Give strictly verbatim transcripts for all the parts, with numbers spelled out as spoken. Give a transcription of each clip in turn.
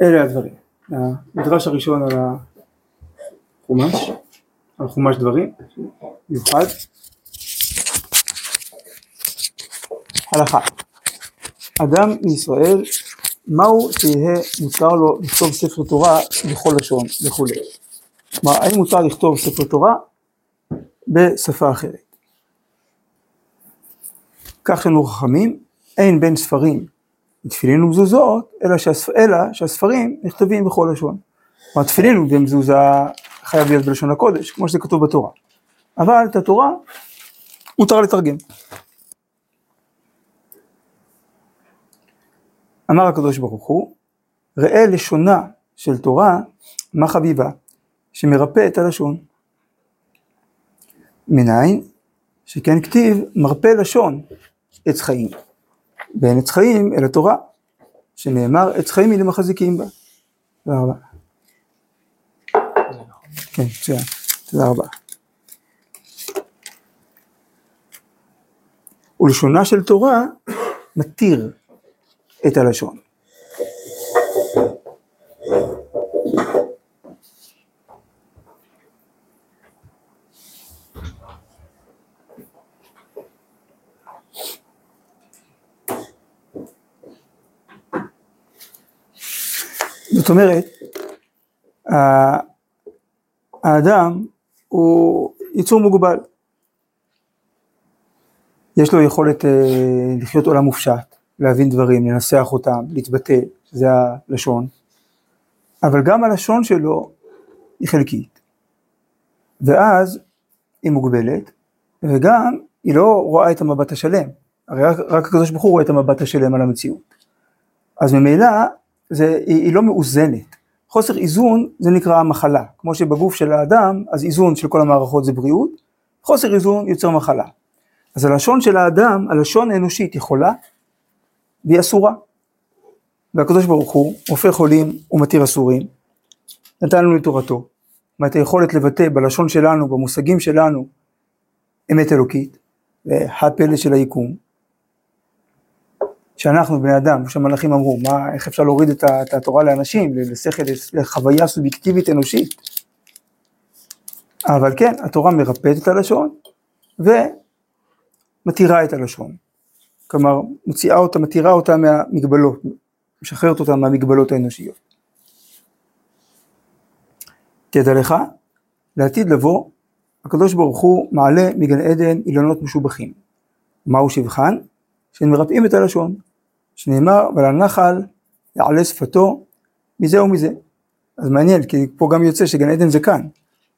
אלה הדברים. המדרש הראשון על החומש, על חומש דברים, מיוחד. הלכה. אדם מישראל, מהו שיהיה מותר לו לכתוב ספר תורה בכל לשון וכו'. כלומר, האם מותר לכתוב ספר תורה בשפה אחרת? כך שאנו חכמים, אין בין ספרים תפילין ומזוזות, אלא, שהספ... אלא שהספרים נכתבים בכל לשון. כלומר, תפילין ומזוזה חייב להיות בלשון הקודש, כמו שזה כתוב בתורה. אבל את התורה מותר לתרגם. אמר הקדוש ברוך הוא, ראה לשונה של תורה, מה חביבה, שמרפא את הלשון. מניין, שכן כתיב מרפא לשון עץ חיים. ואין עץ חיים אלא תורה, שנאמר עץ חיים היא למחזיקים בה. תודה רבה. כן, מצוין. תודה רבה. ולשונה של תורה מתיר את הלשון. זאת אומרת, האדם הוא יצור מוגבל. יש לו יכולת לחיות עולם מופשט, להבין דברים, לנסח אותם, להתבטא, זה הלשון. אבל גם הלשון שלו היא חלקית. ואז היא מוגבלת, וגם היא לא רואה את המבט השלם. הרי רק, רק הקדוש ברוך הוא רואה את המבט השלם על המציאות. אז ממילא, זה, היא, היא לא מאוזנת. חוסר איזון זה נקרא מחלה. כמו שבגוף של האדם, אז איזון של כל המערכות זה בריאות, חוסר איזון יוצר מחלה. אז הלשון של האדם, הלשון האנושית יכולה, והיא אסורה. והקדוש ברוך הוא הופך חולים ומתיר אסורים, נתן לנו את תורתו, ואת היכולת לבטא בלשון שלנו, במושגים שלנו, אמת אלוקית, והפלא של היקום, שאנחנו בני אדם, שהמלאכים אמרו, מה, איך אפשר להוריד את, את התורה לאנשים, לשכל, לחוויה סובייקטיבית אנושית. אבל כן, התורה מרפאת את הלשון, ומתירה את הלשון. כלומר, מוציאה אותה, מתירה אותה מהמגבלות, משחררת אותה מהמגבלות האנושיות. תדע לך, לעתיד לבוא, הקדוש ברוך הוא מעלה מגן עדן אילנות משובחים. מהו שבחן? שמרפאים את הלשון, שנאמר, ולנחל יעלה שפתו מזה ומזה. אז מעניין, כי פה גם יוצא שגן עדן זה כאן.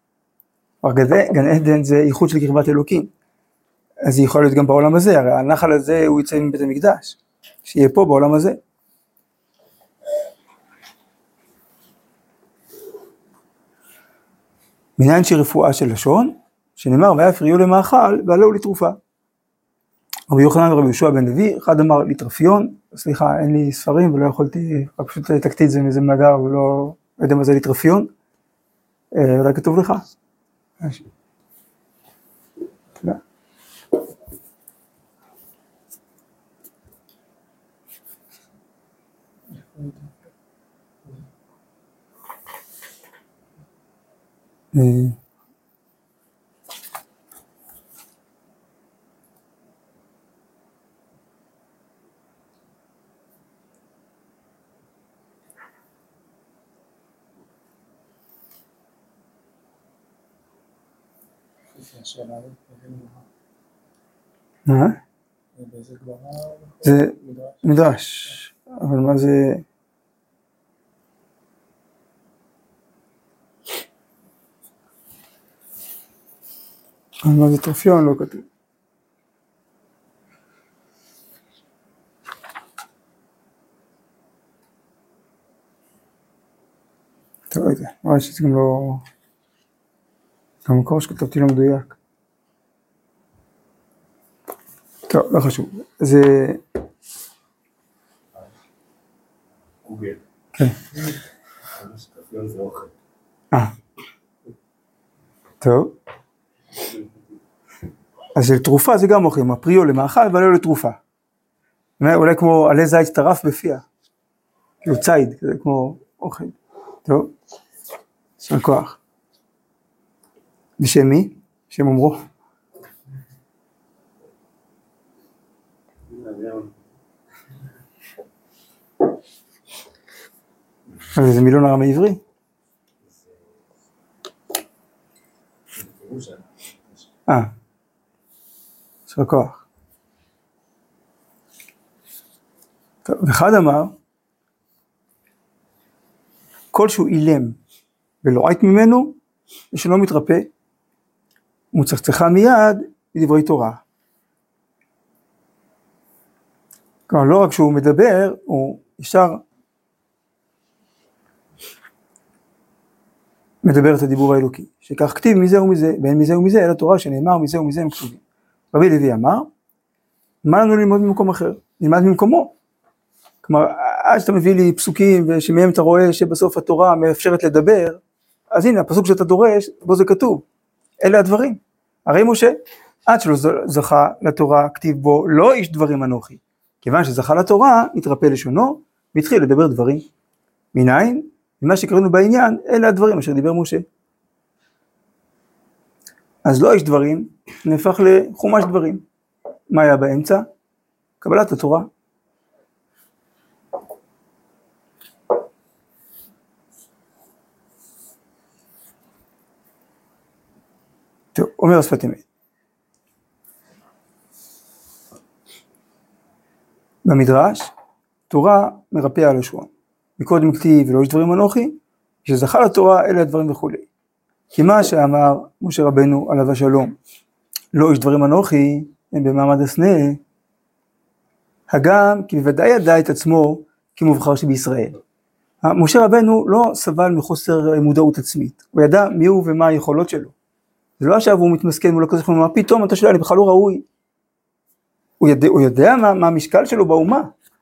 גן עדן זה ייחוד של קרבת אלוקים. אז זה יכול להיות גם בעולם הזה, הרי הנחל הזה הוא יצא מבית המקדש, שיהיה פה בעולם הזה. מניין שרפואה של לשון, שנאמר, ויפריעו למאכל, ועלהו לתרופה. רבי יוחנן ורבי יהושע בן לוי, אחד אמר ליטרפיון, סליחה, אין לי ספרים ולא יכולתי, רק פשוט תקתי את זה מאיזה מאגר, ולא יודע מה זה ליטרפיון, אולי כתוב לך. תודה. מה? זה מדרש, אבל מה זה? אבל מה זה טרפיון לא כתוב. טוב, לא יודע, רואה שזה גם לא... גם מקור שכתבתי לא מדויק. טוב, לא חשוב. זה... גוגל. כן. טרפיון זה אוכל. אה. טוב. אז תרופה זה גם אוכלים, הפריו למאכל ולא לתרופה. אולי כמו עלי זית טרף בפיה. כאילו ציד, כמו אוכל. טוב, של כוח. בשם מי? בשם אומרו. אבל זה מילון ארמי עברי. אה, של כוח. ואחד אמר, כל שהוא אילם ולא עית ממנו, ושלא מתרפא, ומצחצחה מיד לדברי תורה. כלומר, לא רק שהוא מדבר, הוא ישר מדבר את הדיבור האלוקי, שכך כתיב מזה ומזה, ואין מזה ומזה, אלא תורה שנאמר מזה ומזה הם כתובים. רבי לוי אמר, מה לנו ללמוד ממקום אחר? נלמד ממקומו. כלומר, עד שאתה מביא לי פסוקים, ושמהם אתה רואה שבסוף התורה מאפשרת לדבר, אז הנה, הפסוק שאתה דורש, בו זה כתוב. אלה הדברים. הרי משה, עד שלא זכה לתורה, כתיב בו, לא איש דברים אנוכי. כיוון שזכה לתורה, התרפא לשונו, והתחיל לדבר דברים. מניין? ממה שקראנו בעניין, אלה הדברים אשר דיבר משה. אז לא איש דברים, נהפך לחומש דברים. מה היה באמצע? קבלת התורה. טוב, אומר השפת אמת. במדרש, תורה מרפא הלשון. מקודם כתיב ולא איש דברים אנוכי, שזכה לתורה אלה הדברים וכו'. כי מה שאמר משה רבנו עליו השלום, לא איש דברים אנוכי, הם במעמד הסנה, הגם כי בוודאי ידע את עצמו כמובחר שבישראל. משה רבנו לא סבל מחוסר מודעות עצמית, הוא ידע מי הוא ומה היכולות שלו. זה לא עכשיו הוא מתמסכן מול הקדוש ברוך הוא, מה פתאום אתה שואל, אני בכלל לא ראוי. הוא יודע, הוא יודע מה, מה המשקל שלו באומה.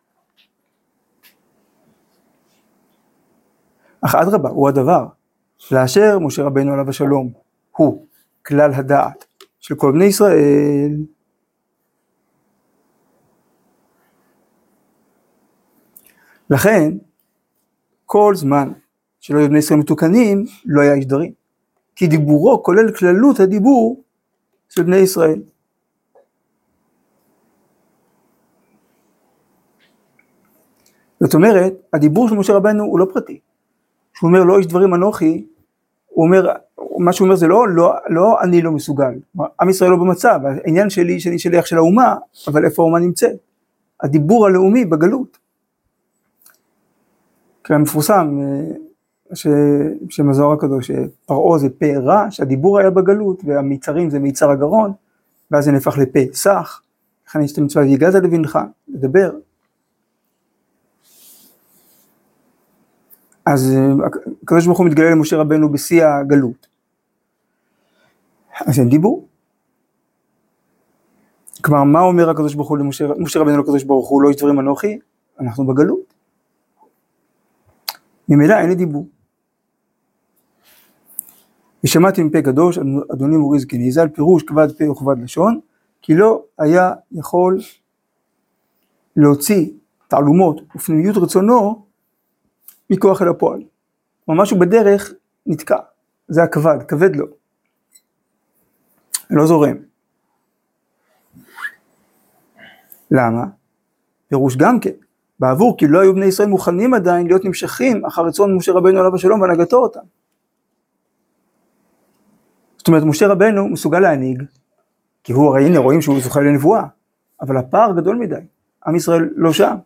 אך אדרבה, הוא הדבר, לאשר משה רבנו עליו השלום, הוא כלל הדעת של כל בני ישראל. לכן, כל זמן שלא היו בני ישראל מתוקנים, לא היה איש דברים. כי דיבורו כולל כללות הדיבור של בני ישראל. זאת אומרת, הדיבור של משה רבנו הוא לא פרטי. שהוא אומר לא איש דברים אנוכי, הוא אומר, מה שהוא אומר זה לא, לא, לא אני לא מסוגל. עם ישראל לא במצב, העניין שלי שאני שליח של האומה, אבל איפה האומה נמצאת? הדיבור הלאומי בגלות. כלל מפורסם, ש... שמזוהר הקדוש, שפרעה זה פה רע, שהדיבור היה בגלות, והמיצרים זה מיצר הגרון, ואז זה נהפך לפה סח, לכן יש את המצווה והגעת לבנך, לדבר. אז הקדוש ברוך הוא מתגלה למשה רבנו בשיא הגלות. אז אין דיבור. כלומר, מה אומר הקדוש ברוך הוא למשה, משה רבנו לקדוש ברוך הוא, לא יש דברים אנוכי, אנחנו בגלות. ממילא אין לי דיבור. ושמעתי מפה קדוש, אדוני מורי זקני, זה על פירוש כבד פה וכבד לשון, כי לא היה יכול להוציא תעלומות ופנימיות רצונו מכוח אל הפועל. משהו בדרך נתקע, זה הכבד, כבד לו. לא זורם. למה? פירוש גם כן. בעבור כי לא היו בני ישראל מוכנים עדיין להיות נמשכים אחר רצון משה רבנו עליו השלום והנהגתו אותם. זאת אומרת, משה רבנו מסוגל להנהיג, כי הוא הרי הנה רואים שהוא זוכה לנבואה, אבל הפער גדול מדי, עם ישראל לא שם.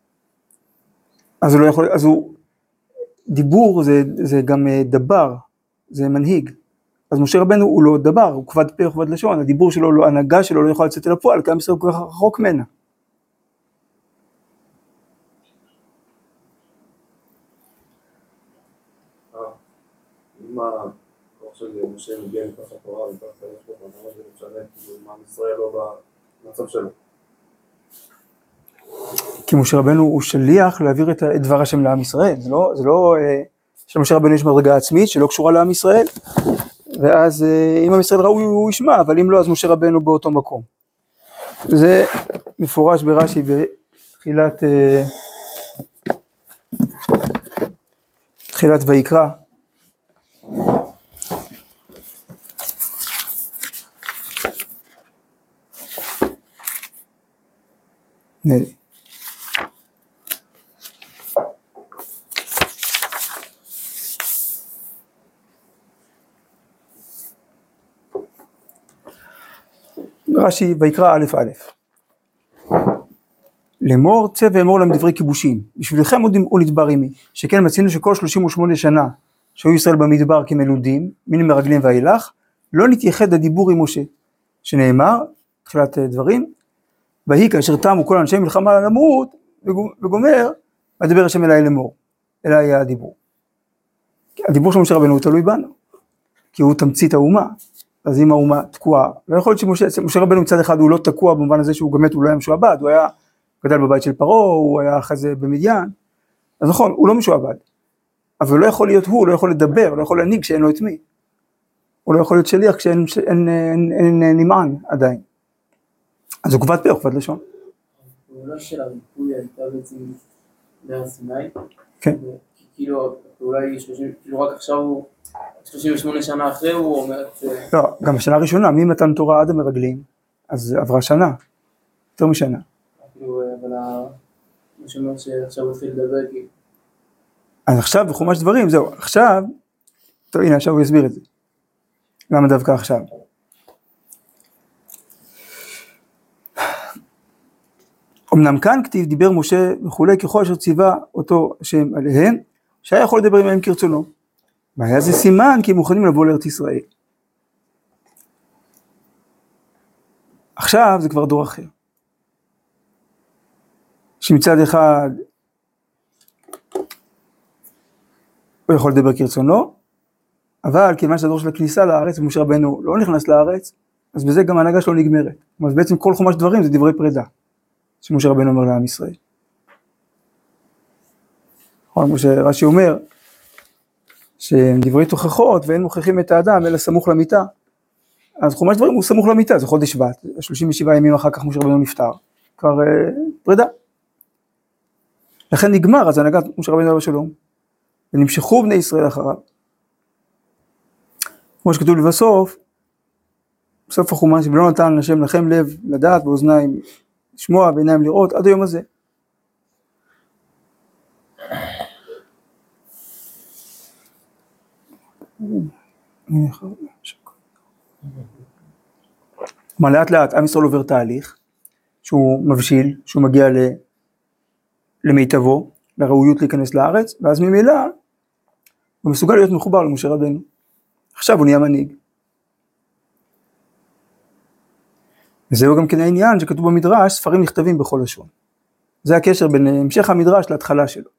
אז הוא לא יכול, אז הוא, דיבור זה, זה גם דבר, זה מנהיג. אז משה רבנו הוא לא דבר, הוא כבד פה וכבד לשון, הדיבור שלו, לא, ההנהגה שלו לא יכולה לצאת אל הפועל, כי עם ישראל כל כך רחוק ממנה. אם הכוח של משה מגיע מתוך התורה ומתוך התורה, למה זה משנה, כאילו מה ישראל לא במצב שלו? כי משה רבנו הוא שליח להעביר את דבר השם לעם ישראל, זה לא, זה לא, שמשה רבנו יש מדרגה עצמית שלא קשורה לעם ישראל, ואז אם עם ישראל ראוי הוא ישמע, אבל אם לא אז משה רבנו באותו מקום. זה מפורש ברש"י בתחילת תחילת ויקרא. נראה. רש"י ויקרא א' א'. לאמור צא ואמור להם דברי כיבושים, בשבילכם עוד נדבר עמי, שכן מצינו שכל שלושים ושמונה שנה שהיו ישראל במדבר כמלודים, מן מרגלים ואילך, לא נתייחד הדיבור עם משה, שנאמר, תחילת דברים, ויהי כאשר תמו כל אנשי מלחמה למות, וגומר, הדבר השם אליי לאמור, אליי היה הדיבור. הדיבור של משה רבנו הוא תלוי בנו, כי הוא תמצית האומה, אז אם האומה תקועה, לא יכול להיות שמשה רבנו מצד אחד הוא לא תקוע במובן הזה שהוא באמת הוא לא היה משועבד, הוא היה גדל בבית של פרעה, הוא היה אחרי זה במדיין, אז נכון, הוא לא משועבד, אבל לא יכול להיות הוא, הוא לא יכול לדבר, לא יכול להנהיג כשאין לו את מי, הוא לא יכול להיות שליח כשאין אין, אין, אין, אין נמען עדיין, אז הוא כבד פה, הוא כבד לשון. הפעולה של הריפוי הייתה בעצם בהר סיני, כן. כאילו הפעולה היא כאילו רק עכשיו הוא, שלושים ושמונה שנה אחרי הוא אומר את... לא, גם בשנה הראשונה, ממתן תורה עד המרגלים, אז עברה שנה, יותר משנה. כאילו, אבל מה שאומר שעכשיו הוא התחיל לדבר כאילו. אז עכשיו בחומש דברים, זהו, עכשיו, טוב הנה עכשיו הוא יסביר את זה. למה דווקא עכשיו? אמנם כאן כתיב דיבר משה וכולי ככל אשר ציווה אותו השם עליהם, שהיה יכול לדבר עליהם כרצונו. והיה זה סימן כי הם מוכנים לבוא לארץ ישראל. עכשיו זה כבר דור אחר. שמצד אחד הוא יכול לדבר כרצונו, אבל כיוון שהדור של הכניסה לארץ, ומשה רבנו לא נכנס לארץ, אז בזה גם ההנהגה שלו נגמרת. אז בעצם כל חומש דברים זה דברי פרידה, שמשה רבנו אומר לעם ישראל. כמו שרש"י אומר, שהם דברי תוכחות ואין מוכיחים את האדם אלא סמוך למיטה, אז חומש דברים הוא סמוך למיטה, זה חודש שבט, שלושים ושבעה ימים אחר כך משה רבנו נפטר, כבר אה, פרידה. לכן נגמר, אז הנהגת משה רבנו עליו השלום, ונמשכו בני ישראל אחריו. כמו שכתוב לבסוף, בסוף החומש, ולא נתן השם לכם לב לדעת ואוזניים לשמוע ועיניים לראות עד היום הזה. מה לאט לאט עם ישראל עובר תהליך שהוא מבשיל, שהוא מגיע למיטבו, לראויות להיכנס לארץ, ואז ממילא הוא מסוגל להיות מחובר למשה רבנו. עכשיו הוא נהיה מנהיג. וזהו גם כן העניין שכתוב במדרש, ספרים נכתבים בכל לשון. זה הקשר בין המשך המדרש להתחלה שלו.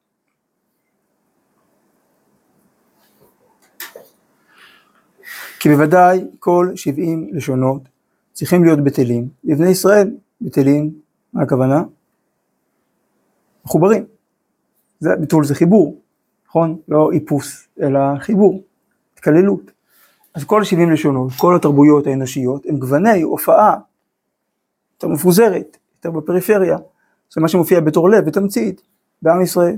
כי בוודאי כל שבעים לשונות צריכים להיות בטלים. לבני ישראל בטלים, מה הכוונה? מחוברים. זה, ביטול זה חיבור, נכון? לא איפוס, אלא חיבור, התקללות. אז כל שבעים לשונות, כל התרבויות האנושיות, הם גווני הופעה, יותר מפוזרת, יותר בפריפריה. זה מה שמופיע בתור לב ותמצית בעם ישראל.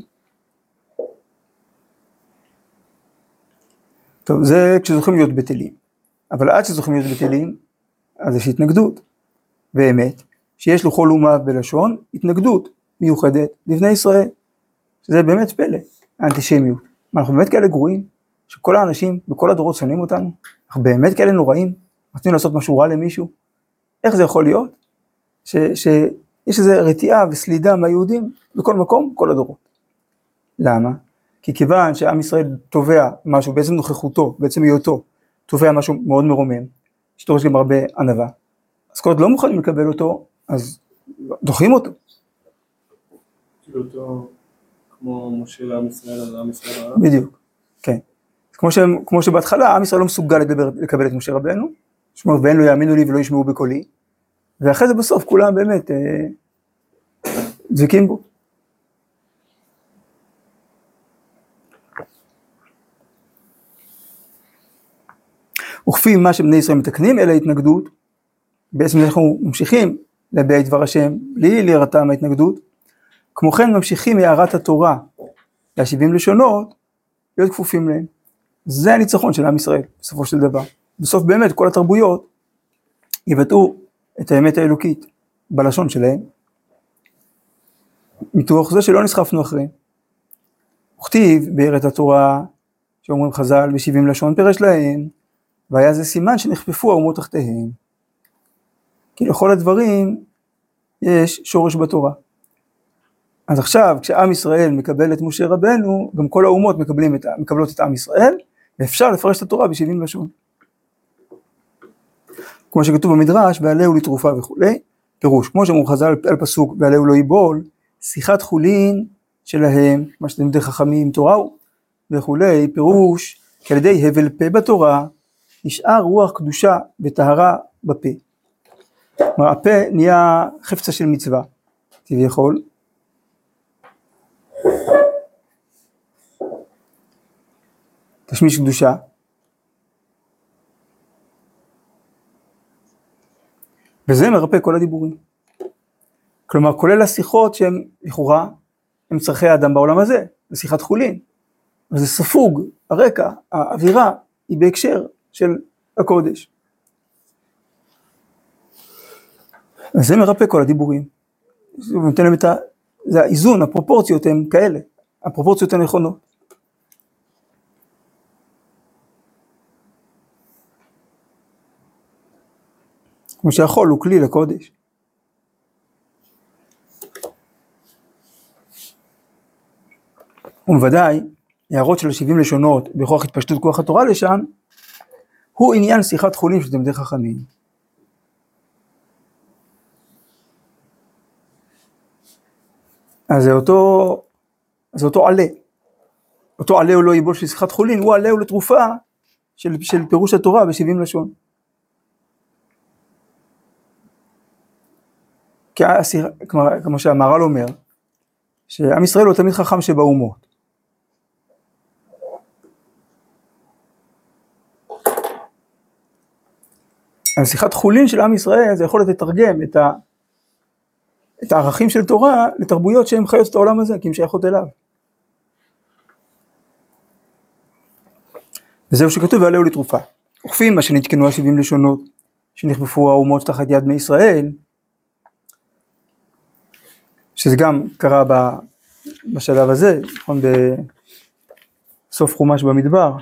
טוב, זה כשזוכים להיות בטלים. אבל עד שזוכים להיות בטלים, אז יש התנגדות. באמת, שיש לכל אומה בלשון, התנגדות מיוחדת לבני ישראל. שזה באמת פלא, האנטישמיות. אנחנו באמת כאלה גרועים, שכל האנשים בכל הדורות שונאים אותנו. אנחנו באמת כאלה נוראים, רוצים לעשות משהו רע למישהו. איך זה יכול להיות? ש, שיש איזו רתיעה וסלידה מהיהודים בכל מקום, בכל הדורות. למה? כי כיוון שעם ישראל תובע משהו, בעצם נוכחותו, בעצם היותו, תובע משהו מאוד מרומם, שתורש גם הרבה ענווה. אז כל עוד לא מוכנים לקבל אותו, אז דוחים אותו. כאילו אותו, כמו משה לעם ישראל, על עם ישראל הרע? בדיוק, כן. כמו, ש, כמו שבהתחלה, עם ישראל לא מסוגל לדבר, לקבל את משה רבנו, שומר, ואין לו יאמינו לי ולא ישמעו בקולי, ואחרי זה בסוף כולם באמת אה, דבקים בו. וכפי מה שבני ישראל מתקנים, אלא התנגדות, בעצם אנחנו ממשיכים להביע את דבר השם, בלי להירתע מההתנגדות, כמו כן ממשיכים מהערת התורה, להשבעים לשונות, להיות כפופים להם. זה הניצחון של עם ישראל, בסופו של דבר. בסוף באמת כל התרבויות יבטאו את האמת האלוקית בלשון שלהם, מתוך זה שלא נסחפנו אחריהם. וכתיב בארץ התורה, שאומרים חז"ל, בשבעים לשון פירש להם, והיה זה סימן שנחפפו האומות תחתיהם. כי לכל הדברים יש שורש בתורה. אז עכשיו, כשעם ישראל מקבל את משה רבנו, גם כל האומות מקבלים את, מקבלות את עם ישראל, ואפשר לפרש את התורה בשבעים לשון. כמו שכתוב במדרש, ועליהו לתרופה וכו'. פירוש, כמו שאמרו חז"ל על פסוק, ועליהו לא ייבול, שיחת חולין שלהם, מה שתלמידי חכמים תורה וכו'. פירוש, כי על ידי הבל פה בתורה, נשאר רוח קדושה וטהרה בפה. כלומר, הפה נהיה חפצה של מצווה, כביכול. תשמיש קדושה. וזה מרפא כל הדיבורים. כלומר, כולל השיחות שהן לכאורה, הם צרכי האדם בעולם הזה, זה שיחת חולין. וזה ספוג, הרקע, האווירה, היא בהקשר של הקודש. אז זה מרפא כל הדיבורים. זה נותן להם את ה... זה האיזון, הפרופורציות הן כאלה. הפרופורציות הן נכונות. כמו שהחול הוא כלי לקודש. ובוודאי, הערות של השבעים לשונות, בכוח התפשטות כוח התורה לשם, הוא עניין שיחת חולין של תלמידי חכמים. אז זה אותו, זה אותו עלה. אותו עלה הוא לא ייבול של שיחת חולין, הוא עלה הוא לתרופה של, של פירוש התורה בשבעים לשון. כי הסיר, כמו, כמו שהמהר"ל אומר, שעם ישראל הוא תמיד חכם שבאומות. אז שיחת חולין של עם ישראל זה יכול לתרגם את, ה, את הערכים של תורה לתרבויות שהן חיות את העולם הזה, כי הן שייכות אליו. וזהו שכתוב ועליהו לתרופה. וכפים מה שנתקנו השבעים לשונות, שנכפפו האומות תחת יד בני ישראל, שזה גם קרה בשלב הזה, נכון, בסוף חומש במדבר.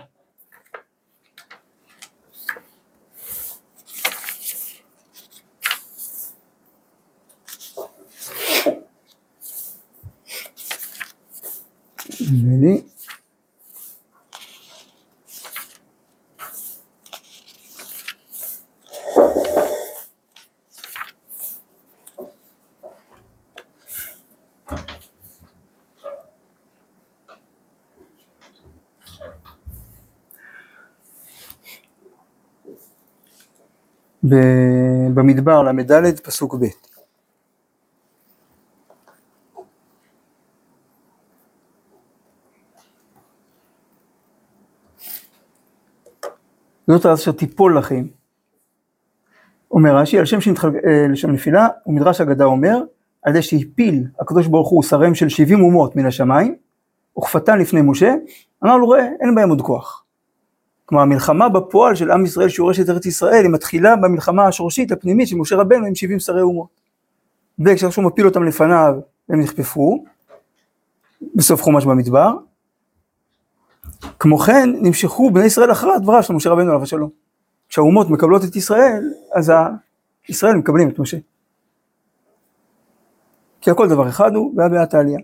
נדמה במדבר למד' פסוק ב'. זאת אשר תיפול לכם. אומר רש"י, על שם שנתחל... לשם נפילה, ומדרש אגדה אומר, על זה שהפיל הקדוש ברוך הוא שריהם של שבעים אומות מן השמיים, וכפתן לפני משה, אמר לו, ראה, אין בהם עוד כוח. כלומר, המלחמה בפועל של עם ישראל שיורש את ארץ ישראל, היא מתחילה במלחמה השורשית הפנימית של משה רבנו עם שבעים שרי אומות. וכשהוא מפיל אותם לפניו, הם נכפפו, בסוף חומש במדבר. כמו כן, נמשכו בני ישראל אחרי הדברה של משה רבנו עליו השלום. כשהאומות מקבלות את ישראל, אז ישראל מקבלים את משה. כי הכל דבר אחד הוא, והבעת העלייה.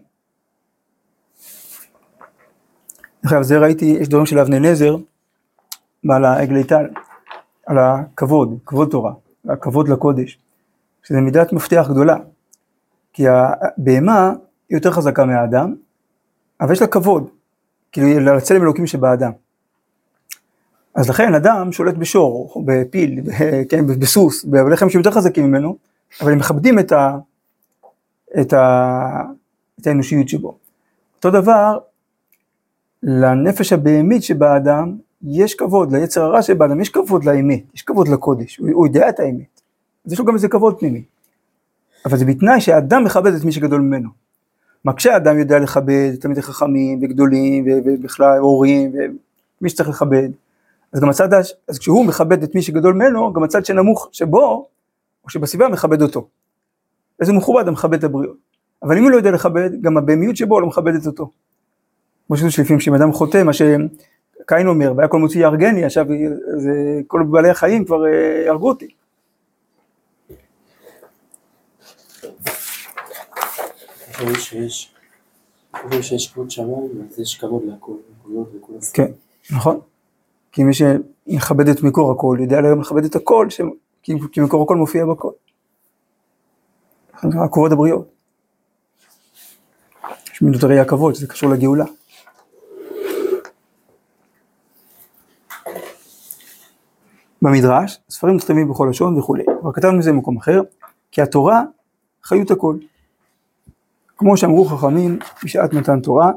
אחרי זה ראיתי, יש דברים של אבני נזר, על העגלי טל, על הכבוד, כבוד תורה, הכבוד לקודש, שזה מידת מפתח גדולה, כי הבהמה היא יותר חזקה מהאדם, אבל יש לה כבוד, כאילו לצלם אלוקים שבאדם. אז לכן אדם שולט בשור, או בפיל, כן, בסוס, בעלי חיים שיותר חזקים ממנו, אבל הם מכבדים את, ה, את, ה, את האנושיות שבו. אותו דבר, לנפש הבהמית שבאדם, יש כבוד, ליצר הרע שבאדם, יש כבוד לאמת, יש כבוד לקודש, הוא, הוא יודע את האמת. אז יש לו גם איזה כבוד פנימי. אבל זה בתנאי שהאדם מכבד את מי שגדול ממנו. מה כשאדם יודע לכבד את תלמידי חכמים וגדולים ובכלל הורים ומי שצריך לכבד, אז גם הצד, אז כשהוא מכבד את מי שגדול ממנו, גם הצד שנמוך שבו, או שבסביבה מכבד אותו. איזה מכובד המכבד את הבריות. אבל אם הוא לא יודע לכבד, גם הבהמיות שבו לא מכבדת אותו. כמו שזה שלפעמים שאם אדם חוטא, מה שקין אומר, והיה כל מוציא יהרגני, עכשיו זה, כל בעלי החיים כבר יהרגו אותי. אני חושב שיש, אני חושב שיש כבוד שמיים, אז יש כבוד להכל, כבוד לכל הסתם. כן, נכון. כי מי שמכבד את מקור הכל, יודע גם לכבד את הכל, ש... כי, כי מקור הכל מופיע בכל. הכבוד הבריות. יש מינות הראייה הכבוד, שזה קשור לגאולה. במדרש, ספרים נכתבים בכל לשון וכו'. אבל כתבנו מזה במקום אחר, כי התורה חיות הכל. כמו שאמרו חכמים בשעת מתן תורה,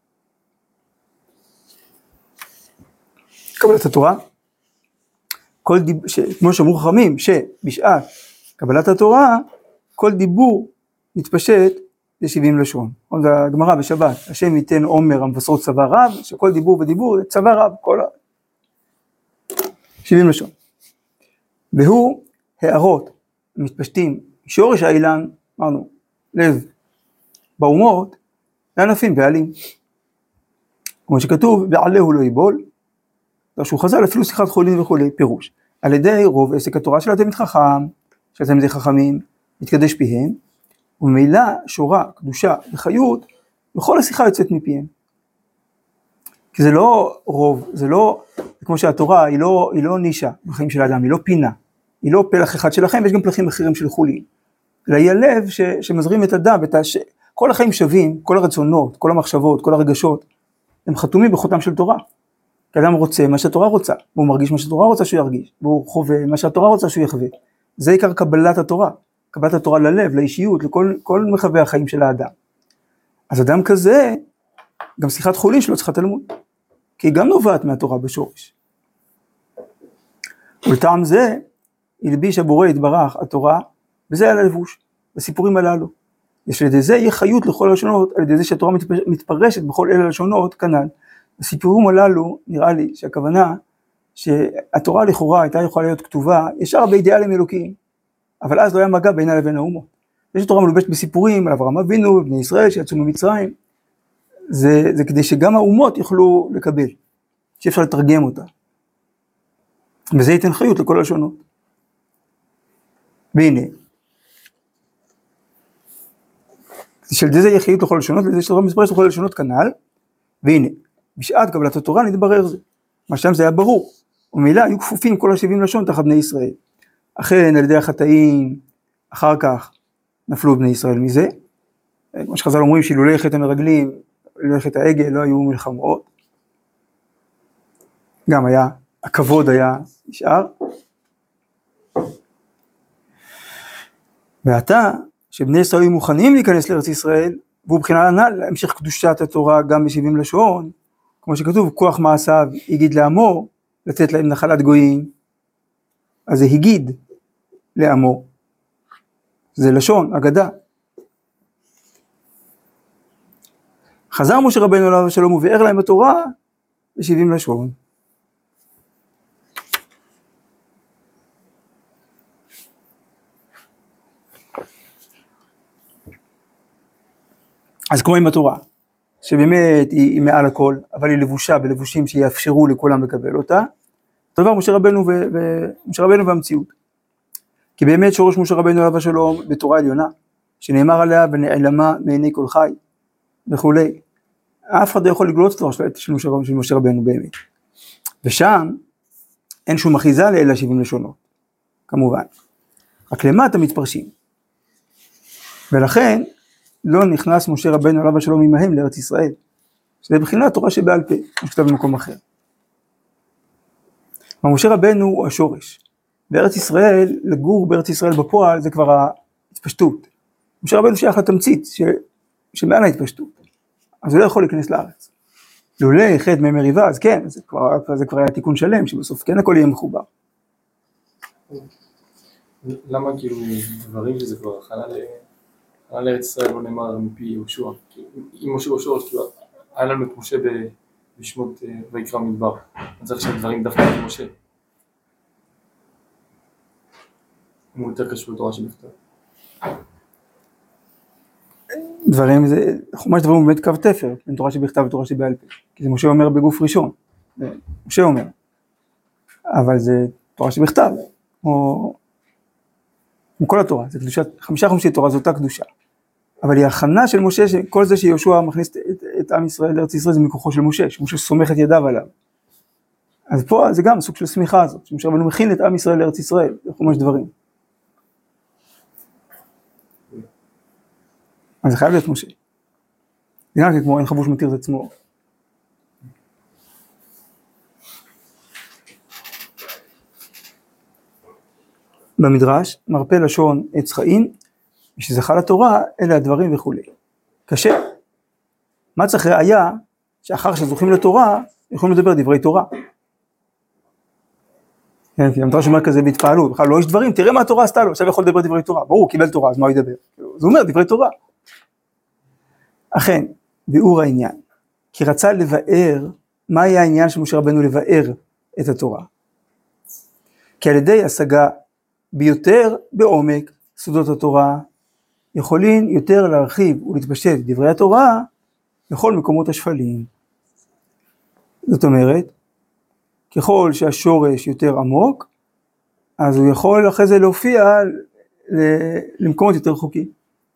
קבלת התורה, כל דיב... ש... כמו שאמרו חכמים, שבשעת קבלת התורה, כל דיבור מתפשט ל-שבעים לשון. זה הגמרא בשבת, השם ייתן עומר המבשרות צבא רב, שכל דיבור ודיבור זה צבא רב, כל ה... שבעים לשון. והוא הערות מתפשטים שורש האילן, אמרנו, לב, באומות, לענפים בעלים. כמו שכתוב, בעלהו לא ייבול, שהוא חז"ל אפילו שיחת חולין וכו', פירוש. על ידי רוב עסק התורה של התלמיד חכם, של התלמידי חכמים, מתקדש פיהם, וממילא שורה, קדושה וחיות, בכל השיחה יוצאת מפיהם. כי זה לא רוב, זה לא, כמו שהתורה היא לא, היא לא נישה בחיים של האדם, היא לא פינה, היא לא פלח אחד שלכם, יש גם פלחים אחרים של חולין. אלא היא הלב ש, שמזרים את הדם, את הש... כל החיים שווים, כל הרצונות, כל המחשבות, כל הרגשות, הם חתומים בחותם של תורה. כי אדם רוצה מה שהתורה רוצה, והוא מרגיש מה שהתורה רוצה שהוא ירגיש, והוא חווה מה שהתורה רוצה שהוא יחווה. זה עיקר קבלת התורה, קבלת התורה ללב, לאישיות, לכל כל מחווה החיים של האדם. אז אדם כזה, גם שיחת חולין שלו צריכה תלמוד, כי היא גם נובעת מהתורה בשורש. ולטעם זה, ילביש הבורא יתברך התורה, וזה על הלבוש, בסיפורים הללו. יש על ידי זה יהיה חיות לכל הלשונות, על ידי זה שהתורה מתפרשת בכל אלה הלשונות, כנ"ל. בסיפורים הללו, נראה לי שהכוונה, שהתורה לכאורה הייתה יכולה להיות כתובה, ישר באידיאלים אלוקיים, אבל אז לא היה מגע בינה לבין האומות. יש התורה מלובשת בסיפורים על אברהם אבינו, בני ישראל שיצאו ממצרים, זה, זה כדי שגם האומות יוכלו לקבל, שאפשר לתרגם אותה. וזה ייתן חיות לכל הלשונות. והנה, של זה יהיה חיות לכל הלשונות, לזה שהתורה מתפרשת לכל הלשונות כנ"ל, והנה, בשעת קבלת התורה נתברר זה. מה שם זה היה ברור. ומילא היו כפופים כל השבעים לשון תחת בני ישראל. אכן על ידי החטאים, אחר כך נפלו בני ישראל מזה. כמו שחז"ל אומרים שאילולא חטא המרגלים, אילולא חטא העגל, לא היו מלחמות. גם היה, הכבוד היה נשאר. ועתה, שבני ישראל היו מוכנים להיכנס לארץ ישראל, והוא בחינה הנ"ל להמשך קדושת התורה גם בשבעים לשון, כמו שכתוב, כוח מעשיו הגיד לעמו, לתת להם נחלת גויים, אז זה הגיד לעמו, זה לשון, אגדה. חזר משה רבנו עליו השלום ובאר להם בתורה בשבעים לשון. אז כמו עם התורה, שבאמת היא, היא מעל הכל, אבל היא לבושה בלבושים שיאפשרו לכולם לקבל אותה, דבר משה רבנו, ו, ו, משה רבנו והמציאות. כי באמת שורש משה רבנו עליו השלום בתורה עליונה, שנאמר עליה ונעלמה מעיני כל חי, וכולי. אף אחד לא יכול לגלות את התורה של משה, של משה רבנו באמת. ושם אין שום אחיזה לאלה שבעים לשונות, כמובן. רק למטה מתפרשים. ולכן, לא נכנס משה רבנו עליו השלום עמהם לארץ ישראל. שזה בחינת תורה שבעל פה, נכתב במקום אחר. משה רבנו הוא השורש. בארץ ישראל, לגור בארץ ישראל בפועל, זה כבר ההתפשטות. משה רבנו שייך לתמצית, ש... שמעל ההתפשטות. אז הוא לא יכול להיכנס לארץ. לולא חטא מי מריבה, אז כן, זה כבר, זה כבר היה תיקון שלם, שבסוף כן הכל יהיה מחובר. למה כאילו דברים שזה כבר חלל על ארץ ישראל לא נאמר מפי יהושע, אם משה יהושע, כאילו, היה לנו את משה בשמות ויקרא מדבר, אז צריך שהדברים דווקא על משה. הוא יותר קשור לתורה שבכתב. דברים, זה, חומש דברים הוא באמת קו תפר, בין תורה שבכתב ותורה שבעל פה, כי זה משה אומר בגוף ראשון, משה אומר, אבל זה תורה שבכתב, או כמו כל התורה, זה קדושת, חמישה חומשי תורה זו אותה קדושה, אבל היא הכנה של משה, שכל זה שיהושע מכניס את, את, את עם ישראל לארץ ישראל, זה מכוחו של משה, שמשה סומך את ידיו עליו. אז פה זה גם סוג של סמיכה הזאת, שמשה רבנו מכין את עם ישראל לארץ ישראל, זה חומש דברים. אז זה חייב להיות משה. זה גם כמו אין חבוש מתיר את עצמו. במדרש, מרפא לשון עץ חיים, ושזכה לתורה, אלה הדברים וכו'. קשה. מה צריך ראיה, שאחר שזוכים לתורה, יכולים לדבר דברי תורה. כן, כי המדרש אומר כזה בהתפעלות, בכלל לא יש דברים, תראה מה התורה עשתה לו, עכשיו יכול לדבר דברי תורה. ברור, הוא קיבל תורה, אז מה הוא ידבר? אז הוא אומר דברי תורה. אכן, ביאור העניין, כי רצה לבאר, מה היה העניין של משה רבנו לבאר את התורה? כי על ידי השגה ביותר בעומק סודות התורה, יכולים יותר להרחיב ולהתפשט דברי התורה לכל מקומות השפלים. זאת אומרת, ככל שהשורש יותר עמוק, אז הוא יכול אחרי זה להופיע למקומות יותר רחוקים.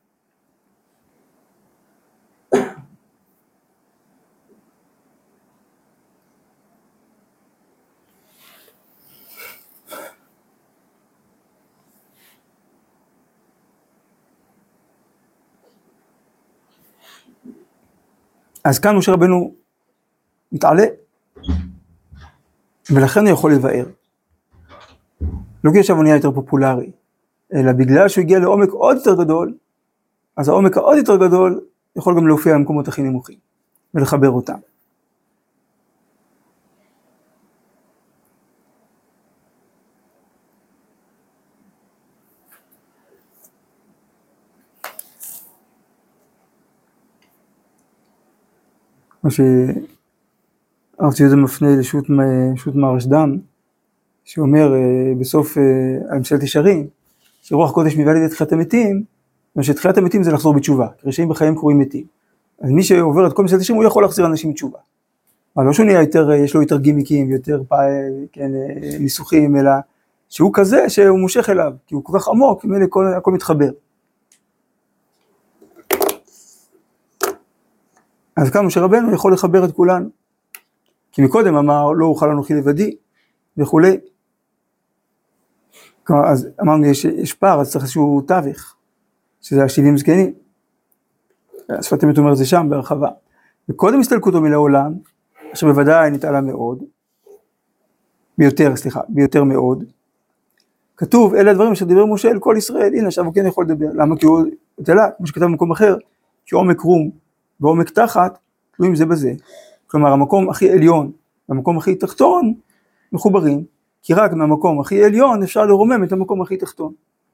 אז כאן משה רבנו מתעלה, ולכן הוא יכול לבאר. לא כי עכשיו הוא נהיה יותר פופולרי, אלא בגלל שהוא הגיע לעומק עוד יותר גדול, אז העומק העוד יותר גדול יכול גם להופיע למקומות הכי נמוכים, ולחבר אותם. מה שהרב ציודה מפנה לשו"ת מהרשד"ם, שאומר בסוף על מסילת ישרים, שרוח קודש מביא לידי תחיית המתים, ושתחיית המתים זה לחזור בתשובה, כי רשעים בחיים קרויים מתים. אז מי שעובר את כל מסילת ישרים, הוא יכול להחזיר אנשים בתשובה. אבל לא שהוא נהיה יותר, יש לו יותר גימיקים, יותר כן, ניסוחים, אלא שהוא כזה שהוא מושך אליו, כי הוא כל כך עמוק, ממילא הכל, הכל מתחבר. אז כאן משה רבנו יכול לחבר את כולנו. כי מקודם אמר, לא אוכל אנוכי לבדי, וכולי. אז אמרנו, יש, יש פער, אז צריך איזשהו תווך, שזה השבעים זקנים. השפת אמת אומר זה שם, ברחבה. וקודם הסתלקותו מן העולם, אשר בוודאי נתעלה מאוד, ביותר, סליחה, ביותר מאוד, כתוב, אלה הדברים אשר דיבר משה אל כל ישראל, הנה עכשיו הוא כן יכול לדבר. למה? כי הוא התעלה, כמו שכתב במקום אחר, כי עומק רום ועומק תחת, תלויים זה בזה. כלומר, המקום הכי עליון, והמקום הכי תחתון, מחוברים, כי רק מהמקום הכי עליון אפשר לרומם את המקום הכי תחתון.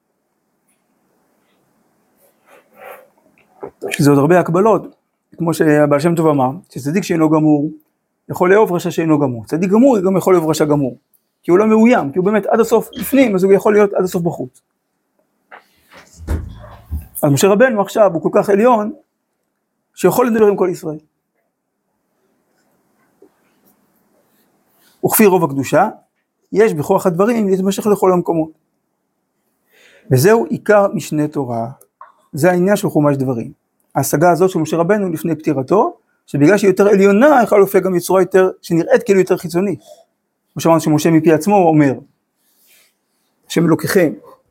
שזה עוד הרבה הקבלות, כמו שהבעל שם טוב אמר, שצדיק שאינו גמור, יכול לאהוב רשע שאינו גמור. צדיק גמור גם יכול לאהוב רשע גמור, כי הוא לא מאוים, כי הוא באמת עד הסוף לפנים, אז הוא יכול להיות עד הסוף בחוץ. אז משה רבנו עכשיו הוא כל כך עליון, שיכול לדבר עם כל ישראל. וכפי רוב הקדושה, יש בכוח הדברים להתמשך לכל המקומות. וזהו עיקר משנה תורה. זה העניין של חומש דברים. ההשגה הזאת של משה רבנו לפני פטירתו, שבגלל שהיא יותר עליונה, יכול להופיע גם יצורה יותר, שנראית כאילו יותר חיצונית. כמו שאמרנו שמשה מפי עצמו אומר, השם אלוקיכם.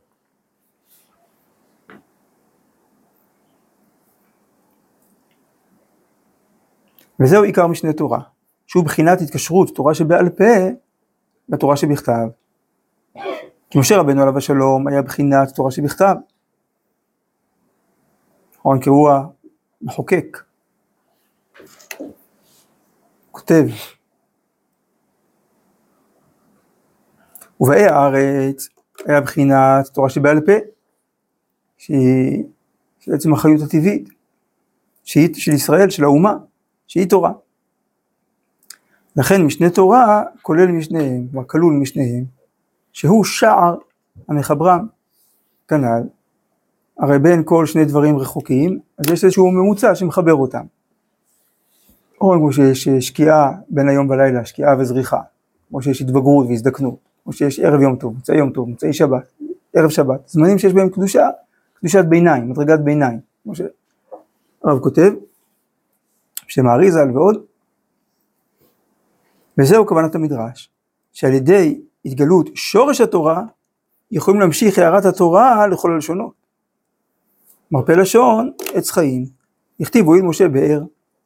וזהו עיקר משנה תורה, שהוא בחינת התקשרות תורה שבעל פה לתורה שבכתב. כי משה רבנו עליו השלום היה בחינת תורה שבכתב. נכון, כי הוא המחוקק. כותב. ובאי הארץ היה בחינת תורה שבעל פה, שהיא, של עצם החיות הטבעית, שהיא של ישראל, של האומה, שהיא תורה. לכן משנה תורה כולל משניהם, וכלול משניהם, שהוא שער המחברם, כנ"ל, הרי בין כל שני דברים רחוקים, אז יש איזשהו ממוצע שמחבר אותם. או כמו שיש שקיעה בין היום ולילה, שקיעה וזריחה, כמו שיש התבגרות והזדקנות, כמו שיש ערב יום טוב, מוצאי יום טוב, מוצאי שבת, ערב שבת, זמנים שיש בהם קדושה, קדושת ביניים, מדרגת ביניים, כמו שהרב כותב, שמאריזה על ועוד, וזהו כוונת המדרש, שעל ידי התגלות שורש התורה, יכולים להמשיך הערת התורה לכל הלשונות. מרפא לשון, עץ חיים, הכתיב הועיל משה באר.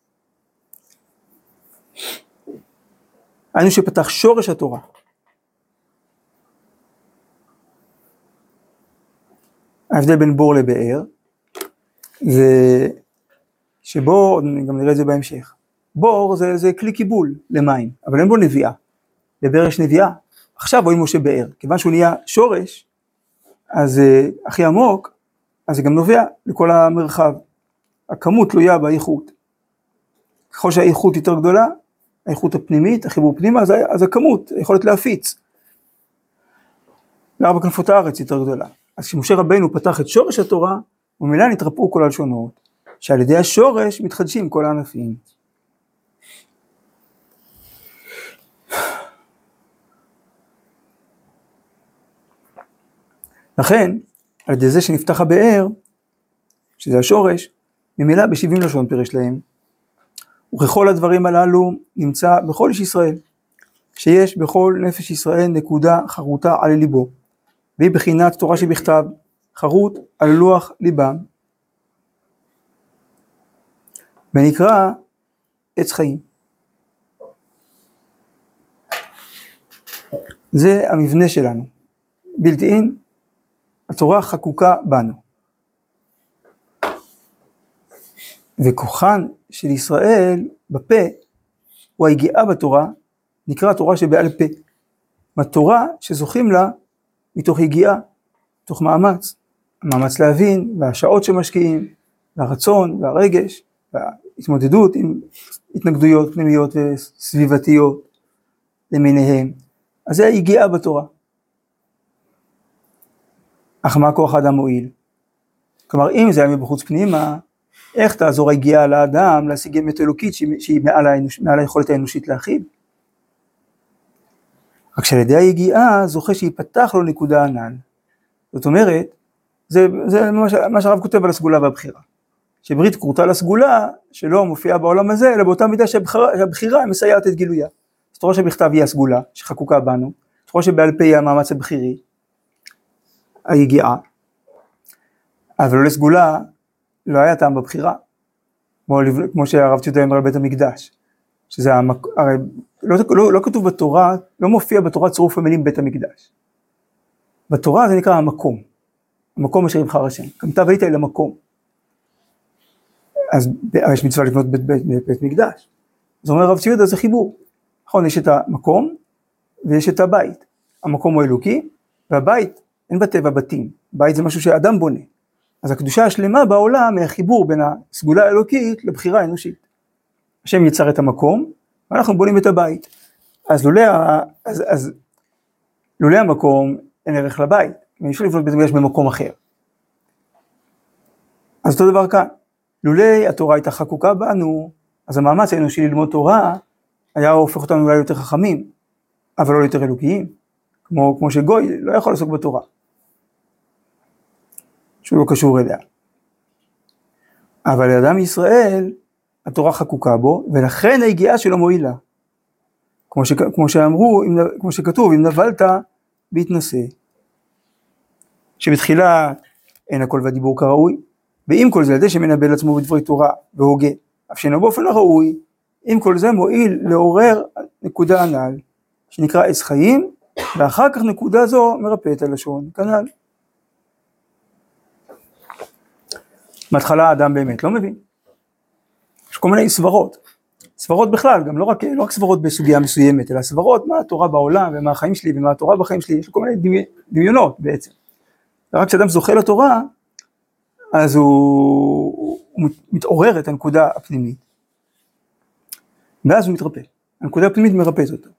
היינו שפתח שורש התורה. ההבדל בין בור לבאר, זה שבו, גם נראה את זה בהמשך, בור זה, זה כלי קיבול למים, אבל אין בו נביאה, בבאר יש נביאה, עכשיו הועיל משה באר, כיוון שהוא נהיה שורש, אז uh, הכי עמוק, אז זה גם נובע לכל המרחב, הכמות תלויה באיכות, ככל שהאיכות יותר גדולה, האיכות הפנימית, החיבור פנימה, אז, אז הכמות, היכולת להפיץ, לארבע כנפות הארץ יותר גדולה, אז כשמשה רבינו פתח את שורש התורה, ומילא נתרפאו כל הלשונות, שעל ידי השורש מתחדשים כל הענפים. לכן, על ידי זה שנפתח הבאר, שזה השורש, ממילא ב-שבעים לשון פירש להם, וככל הדברים הללו נמצא בכל איש ישראל, שיש בכל נפש ישראל נקודה חרוטה על ליבו, והיא בחינת תורה שבכתב, חרוט על לוח ליבם, ונקרא עץ חיים. זה המבנה שלנו, בלתי אין, התורה חקוקה בנו. וכוחן של ישראל בפה, הוא היגיעה בתורה, נקרא תורה שבעל פה. התורה שזוכים לה מתוך יגיעה, מתוך מאמץ, המאמץ להבין, והשעות שמשקיעים, והרצון והרגש, וההתמודדות עם התנגדויות פנימיות וסביבתיות למיניהם. אז זה היגיעה בתורה. אך מה כוח האדם מועיל? כלומר, אם זה היה מבחוץ פנימה, איך תעזור היגיעה לאדם להשיג אמת אלוקית שהיא מעל, האנוש, מעל היכולת האנושית להכיל? רק שעל ידי היגיעה זוכה שיפתח לו נקודה ענן. זאת אומרת, זה, זה מה שהרב כותב על הסגולה והבחירה. שברית כרותה לסגולה שלא מופיעה בעולם הזה, אלא באותה מידה שהבחירה, שהבחירה מסייעת את גילויה. זאת אומרת שבכתב היא הסגולה שחקוקה בנו, זאת אומרת שבעל פה היא המאמץ הבחירי, היגיעה, אבל לא לסגולה לא היה טעם בבחירה, כמו, כמו שהרב ציודה אמר על בית המקדש, שזה המק... הרי לא, לא, לא כתוב בתורה, לא מופיע בתורה צירוף המילים בית המקדש, בתורה זה נקרא המקום, המקום אשר יבחר השם, כמתה והיית אל המקום, אז יש מצווה לבנות בית, בית, בית, בית מקדש, זאת אומרת הרב ציודה זה חיבור, נכון, יש את המקום ויש את הבית, המקום הוא אלוקי, והבית אין בטבע בתים, בית זה משהו שאדם בונה, אז הקדושה השלמה בעולם מהחיבור בין הסגולה האלוקית לבחירה האנושית. השם יצר את המקום, ואנחנו בונים את הבית. אז לולא, אז, אז, לולא המקום אין ערך לבית, אי אפשר לבנות בית מקדש במקום אחר. אז אותו דבר כאן, לולא התורה הייתה חקוקה בנו, אז המאמץ האנושי ללמוד תורה, היה הופך אותנו אולי יותר חכמים, אבל לא יותר אלוקיים, כמו, כמו שגוי לא יכול לעסוק בתורה. שהוא לא קשור אליה. אבל לאדם ישראל, התורה חקוקה בו, ולכן היגיעה שלו מועילה. כמו, ש, כמו שאמרו, כמו שכתוב, אם נבלת, בהתנסה. שבתחילה אין הכל והדיבור כראוי, ואם כל זה ידי שמנבל עצמו בדברי תורה והוגה, אף שאינו באופן הראוי, אם כל זה מועיל לעורר נקודה הנ"ל, שנקרא עץ חיים, ואחר כך נקודה זו מרפא את הלשון, כנ"ל. מההתחלה האדם באמת לא מבין. יש כל מיני סברות. סברות בכלל, גם לא רק, לא רק סברות בסוגיה מסוימת, אלא סברות מה התורה בעולם ומה החיים שלי ומה התורה בחיים שלי, יש כל מיני דמיונות בעצם. ורק כשאדם זוכה לתורה, אז הוא, הוא מתעורר את הנקודה הפנימית, ואז הוא מתרפא, הנקודה הפנימית מרפאת אותו.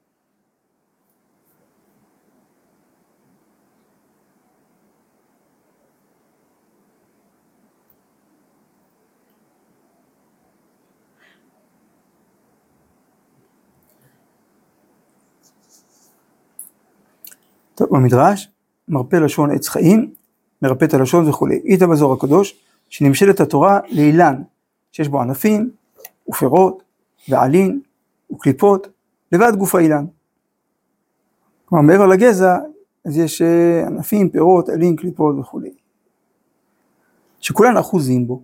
טוב, במדרש, מרפא לשון עץ חיים, מרפא את הלשון וכו'. איתה בזוהר הקדוש, שנמשלת התורה לאילן, שיש בו ענפים ופירות ועלין וקליפות, לבד גוף האילן. כלומר, מעבר לגזע, אז יש ענפים, פירות, עלין, קליפות וכו'. שכולן אחוזים בו.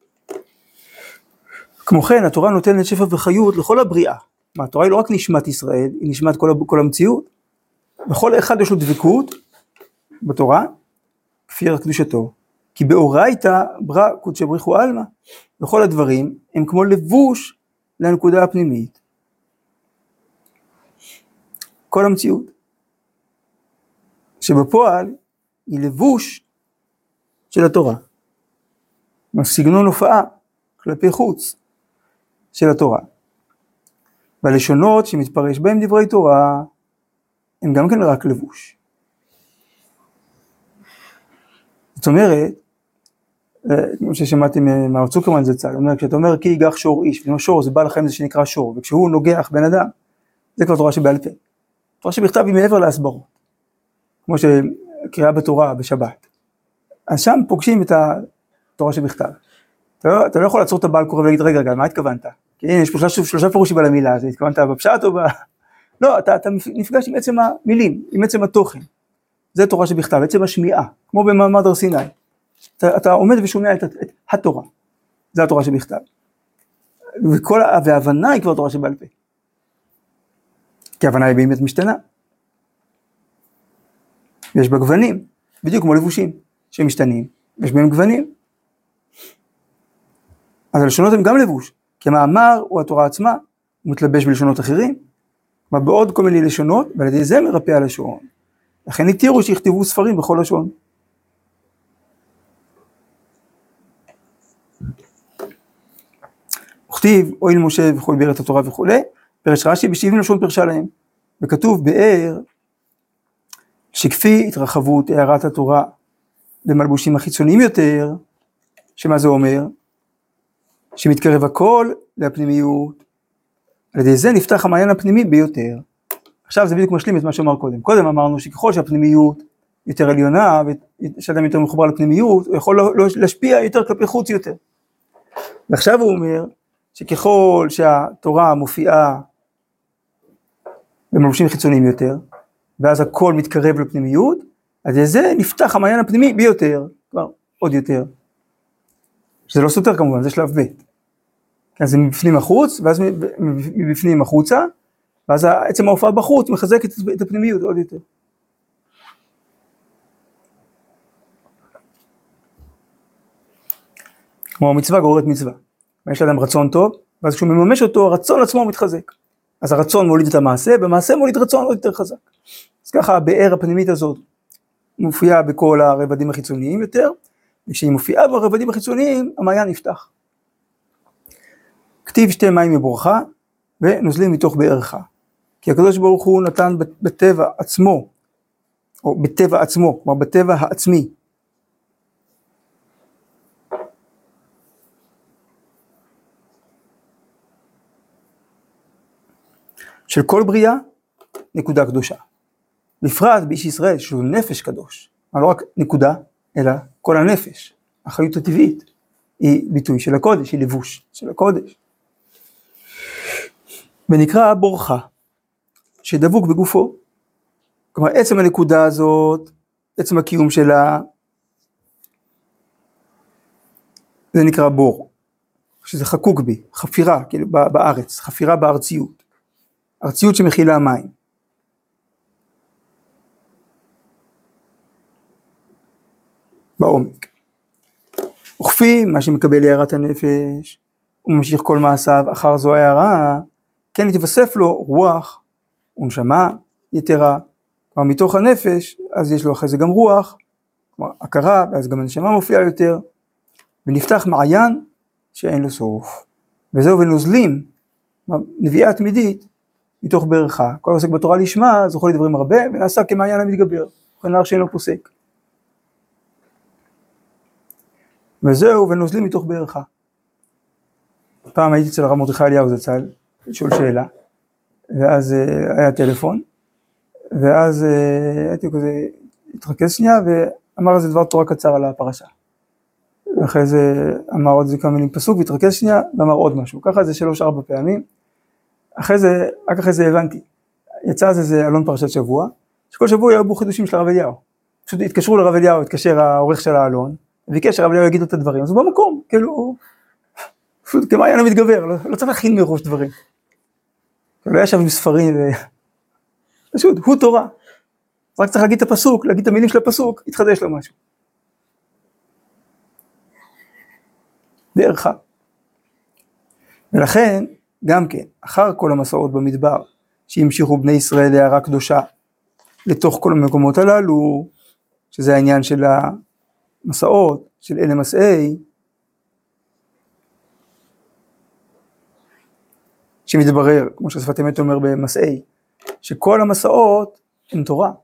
כמו כן, התורה נותנת שפע וחיות לכל הבריאה. מה, התורה היא לא רק נשמת ישראל, היא נשמת כל, כל המציאות. וכל אחד יש לו דבקות בתורה, כפי ערך קדושתו. כי באורייתא ברא קודשא בריחו עלמא. וכל הדברים הם כמו לבוש לנקודה הפנימית. כל המציאות. שבפועל היא לבוש של התורה. סגנון הופעה כלפי חוץ של התורה. והלשונות שמתפרש בהם דברי תורה, הם גם כן רק לבוש. זאת אומרת, כמו ששמעתי מהרב צוקרמן זצ"ל, הוא אומר, כשאתה אומר כי ייגח שור איש, ואם השור זה בעל החיים זה שנקרא שור, וכשהוא נוגח בן אדם, זה כבר תורה שבעל פה. תורה שבכתב היא מעבר להסברות, כמו שקריאה בתורה בשבת. אז שם פוגשים את התורה שבכתב. אתה לא, אתה לא יכול לעצור את הבעל קורא ולהגיד, רגע, רגע, מה התכוונת? כי הנה, יש פה שלושה, שלושה פירושים על המילה, אז התכוונת בפשט או ב... לא, אתה, אתה נפגש עם עצם המילים, עם עצם התוכן. זה תורה שבכתב, עצם השמיעה, כמו במעמד הר סיני. אתה, אתה עומד ושומע את, את התורה. זה התורה שבכתב. וכל, וההבנה היא כבר תורה שבעל פה. כי ההבנה היא באמת משתנה. יש בה גוונים, בדיוק כמו לבושים, שמשתנים, יש בהם גוונים. אז הלשונות הם גם לבוש, כי המאמר הוא התורה עצמה, הוא מתלבש בלשונות אחרים, בעוד כל מיני לשונות, ועל ידי זה מרפא הלשון. לכן התירו שיכתבו ספרים בכל לשון. וכתיב, אוהל משה וכל באר את התורה וכו', פרש רש"י בשבעים לשון פרשה להם. וכתוב באר, שכפי התרחבות הערת התורה במלבושים החיצוניים יותר, שמה זה אומר? שמתקרב הכל לפנימיות, על ידי זה נפתח המעיין הפנימי ביותר. עכשיו זה בדיוק משלים את מה שאמר קודם. קודם אמרנו שככל שהפנימיות יותר עליונה, ושאדם יותר מחובר לפנימיות, הוא יכול להשפיע יותר כלפי חוץ יותר. ועכשיו הוא אומר, שככל שהתורה מופיעה במלבושים חיצוניים יותר, ואז הכל מתקרב לפנימיות, אז זה נפתח המעיין הפנימי ביותר, כבר עוד יותר. שזה לא סותר כמובן, זה שלב ב'. אז זה מבפנים החוץ, ואז מבפנים החוצה, ואז עצם ההופעה בחוץ מחזק את הפנימיות עוד יותר. כמו המצווה גוררת מצווה. יש לאדם רצון טוב, ואז כשהוא מממש אותו, הרצון עצמו מתחזק. אז הרצון מוליד את המעשה, במעשה מוליד רצון עוד יותר חזק. אז ככה הבאר הפנימית הזאת מופיעה בכל הרבדים החיצוניים יותר, וכשהיא מופיעה ברבדים החיצוניים, המעיין נפתח. כתיב שתי מים מבורכה, ונוזלים מתוך בארך. כי הקדוש ברוך הוא נתן בטבע עצמו, או בטבע עצמו, כלומר בטבע העצמי. של כל בריאה, נקודה קדושה. בפרט באיש ישראל, שהוא נפש קדוש. לא רק נקודה, אלא כל הנפש. החיות הטבעית היא ביטוי של הקודש, היא לבוש של הקודש. ונקרא בורכה, שדבוק בגופו. כלומר, עצם הנקודה הזאת, עצם הקיום שלה, זה נקרא בור. שזה חקוק בי, חפירה, כאילו בארץ, חפירה בארציות. ארציות שמכילה מים. בעומק. וכפי מה שמקבל הערת הנפש, הוא ממשיך כל מעשיו אחר זו הערה, כן יתווסף לו רוח ונשמה יתרה, כלומר מתוך הנפש, אז יש לו אחרי זה גם רוח, כלומר הכרה, ואז גם הנשמה מופיעה יותר, ונפתח מעיין שאין לו סוף. וזהו ונוזלים, נביאה תמידית, מתוך ברכה. כל עוסק בתורה לשמה, זוכה לדברים הרבה, ונעשה כמעיין המתגבר, וכנער שאינו פוסק. וזהו ונוזלים מתוך ברכה. פעם הייתי אצל הרב מרדכי אליהו זצ"ל, לשאול שאלה, ואז uh, היה טלפון, ואז uh, הייתי כזה, התרכז שנייה, ואמר איזה דבר תורה קצר על הפרשה. ואחרי זה אמר עוד זה כמה מילים פסוק, והתרכז שנייה, ואמר עוד משהו. ככה זה שלוש ארבע פעמים. אחרי זה, רק אחרי זה הבנתי. יצא אז איזה אלון פרשת שבוע, שכל שבוע יהיו בו חידושים של הרב אליהו. פשוט התקשרו לרב אליהו, התקשר העורך של האלון, וביקש שהרב אליהו יגיד לו את הדברים. אז הוא במקום, כאילו, פשוט כמעיין המתגבר, לא, לא צריך להכין מראש דברים. לא ישב עם ספרים, ו... פשוט, הוא תורה. רק צריך להגיד את הפסוק, להגיד את המילים של הפסוק, יתחדש לו משהו. בערכה. ולכן, גם כן, אחר כל המסעות במדבר, שהמשיכו בני ישראל להערה קדושה, לתוך כל המקומות הללו, שזה העניין של המסעות, של אלה מסעי, שמתברר, כמו ששפת אמת אומר במסעי, שכל המסעות הם תורה.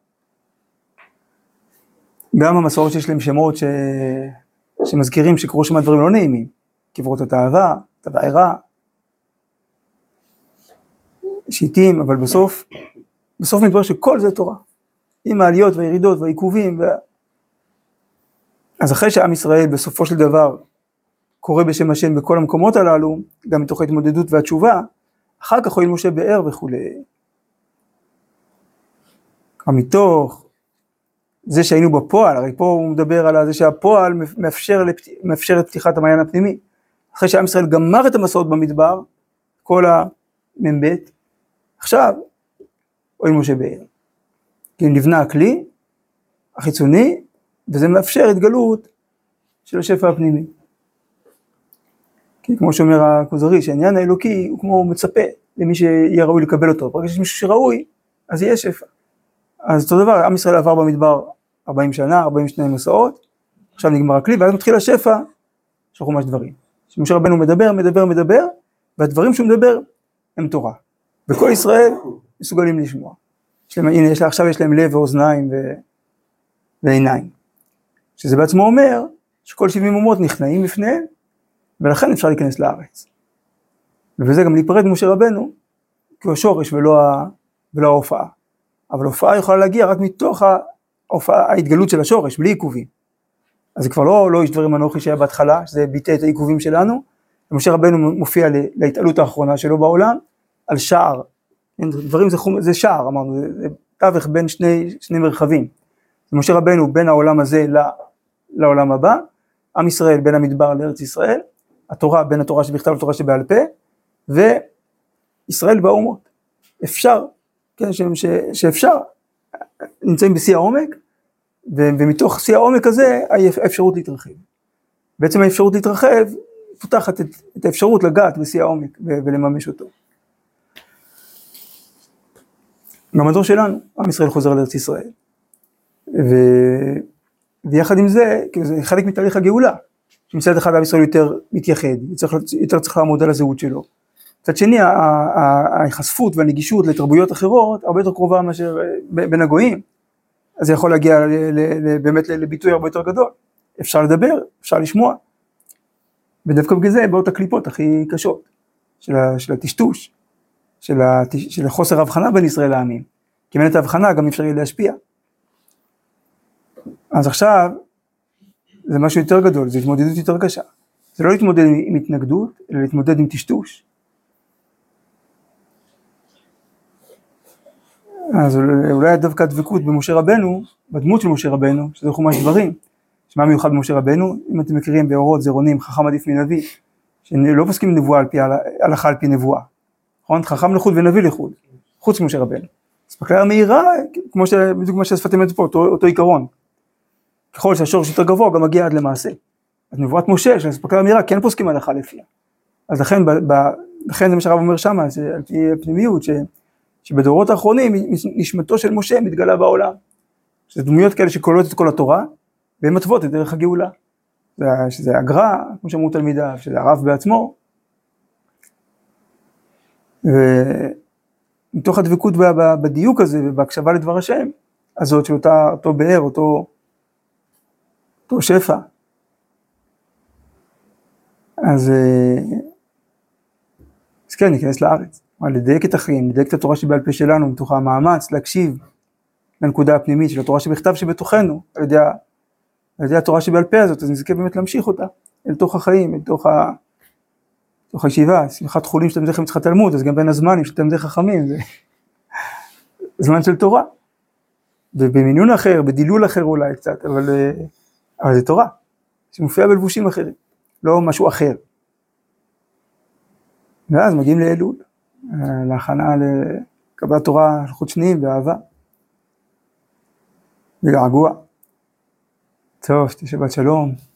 גם המסעות שיש להם שמות ש... שמזכירים שקרו שם דברים לא נעימים, קברות התאווה, תבערה, שיטים, אבל בסוף, בסוף מתברר שכל זה תורה. עם העליות והירידות והעיכובים. ו... אז אחרי שעם ישראל בסופו של דבר קורא בשם השם בכל המקומות הללו, גם מתוך ההתמודדות והתשובה, אחר כך הועיל משה באר וכו'. מתוך זה שהיינו בפועל, הרי פה הוא מדבר על זה שהפועל מאפשר, לפת... מאפשר את פתיחת המעיין הפנימי. אחרי שעם ישראל גמר את המסעות במדבר, כל המ"ב, עכשיו הועיל משה באר. כי נבנה הכלי החיצוני, וזה מאפשר התגלות של השפע הפנימי. כי כמו שאומר הכוזרי, שהעניין האלוקי הוא כמו מצפה למי שיהיה ראוי לקבל אותו. ברגע שיש מישהו שראוי, אז יהיה שפע. אז אותו דבר, עם ישראל עבר במדבר ארבעים שנה, ארבעים ושני מסעות, עכשיו נגמר הכלי, ואז מתחיל השפע של חומש דברים. שמשה רבנו מדבר, מדבר, מדבר, והדברים שהוא מדבר הם תורה. וכל ישראל מסוגלים לשמוע. יש להם, הנה, יש לה, עכשיו יש להם לב ואוזניים ו... ועיניים. שזה בעצמו אומר שכל שבעים אומות נכנעים בפניהם, ולכן אפשר להיכנס לארץ. ובזה גם להיפרד משה רבנו, כי הוא השורש ולא, ה... ולא ההופעה. אבל ההופעה יכולה להגיע רק מתוך ההופעה, ההתגלות של השורש, בלי עיכובים. אז זה כבר לא, לא יש דברים אנוכי שהיה בהתחלה, שזה ביטא את העיכובים שלנו, ומשה רבנו מופיע להתעלות האחרונה שלו בעולם, על שער. דברים זה, זה שער, אמרנו, זה, זה תווך בין שני, שני מרחבים. משה רבנו בין העולם הזה לעולם הבא, עם ישראל בין המדבר לארץ ישראל, התורה בין התורה שבכתב לתורה שבעל פה, וישראל באומות. אפשר, כן, ש, ש, שאפשר, נמצאים בשיא העומק, ו, ומתוך שיא העומק הזה, האפשרות להתרחב. בעצם האפשרות להתרחב, פותחת את, את האפשרות לגעת בשיא העומק, ו, ולממש אותו. גם הדור שלנו, עם ישראל חוזר לארץ ישראל. ו... ויחד עם זה, זה חלק מתהליך הגאולה, שמצד אחד עם ישראל יותר מתייחד, יותר, יותר צריך לעמוד על הזהות שלו. מצד שני, ההיחשפות והנגישות לתרבויות אחרות, הרבה יותר קרובה מאשר בין הגויים, אז זה יכול להגיע ל, ל, ל, באמת לביטוי הרבה יותר גדול. אפשר לדבר, אפשר לשמוע, ודווקא בגלל זה באות הקליפות הכי קשות, של, ה, של הטשטוש, של, ה, של חוסר הבחנה בין ישראל לעמים, כי אם אין את ההבחנה גם אפשר יהיה להשפיע. אז עכשיו, זה משהו יותר גדול, זה התמודדות יותר קשה. זה לא להתמודד עם התנגדות, אלא להתמודד עם טשטוש. אז אולי דווקא הדבקות במשה רבנו, בדמות של משה רבנו, שזה חומש דברים, שמה מיוחד במשה רבנו, אם אתם מכירים באורות, זרעונים, חכם עדיף מנביא, שלא פוסקים נבואה על פי הלכה על פי נבואה. נכון? חכם לחוד ונביא לחוד, חוץ ממשה רבנו. אז בקללה מהירה, כמו ש... בדיוק מה ששפתם את פה, אותו, אותו עיקרון. ככל שהשורש יותר גבוה, גם מגיע עד למעשה. אז נבואת משה, שהספקה אמירה, כן פוסקים הלכה לפיה. אז לכן, ב, ב, לכן זה מה שהרב אומר שמה, זה על פי פנימיות, ש, שבדורות האחרונים, נשמתו של משה מתגלה בעולם. שזה דמויות כאלה שקולות את כל התורה, והן מטוות את דרך הגאולה. שזה הגר"א, כמו שאמרו תלמידיו, שזה הרב בעצמו. ומתוך הדבקות בדיוק הזה ובהקשבה לדבר השם, הזאת של אותה, אותו באר, אותו, אותו שפע. אז, אז כן, ניכנס לארץ. לדייק את החיים, לדייק את התורה שבעל פה שלנו, מתוך המאמץ, להקשיב לנקודה הפנימית של התורה שבכתב שבתוכנו, על ידי, על ידי התורה שבעל פה הזאת, אז נזכה באמת להמשיך אותה, אל תוך החיים, אל תוך, ה, תוך הישיבה, שמחת חולים שאתם זכם צריכת תלמוד, אז גם בין הזמנים שאתם זכם חכמים, זה זמן של תורה. ובמינון אחר, בדילול אחר אולי קצת, אבל, אבל זה תורה, שמופיע בלבושים אחרים, לא משהו אחר. ואז מגיעים לאלול, להכנה לקבלת תורה על חוד שניים באהבה, ולעגוע. טוב, שתהיה שבת שלום.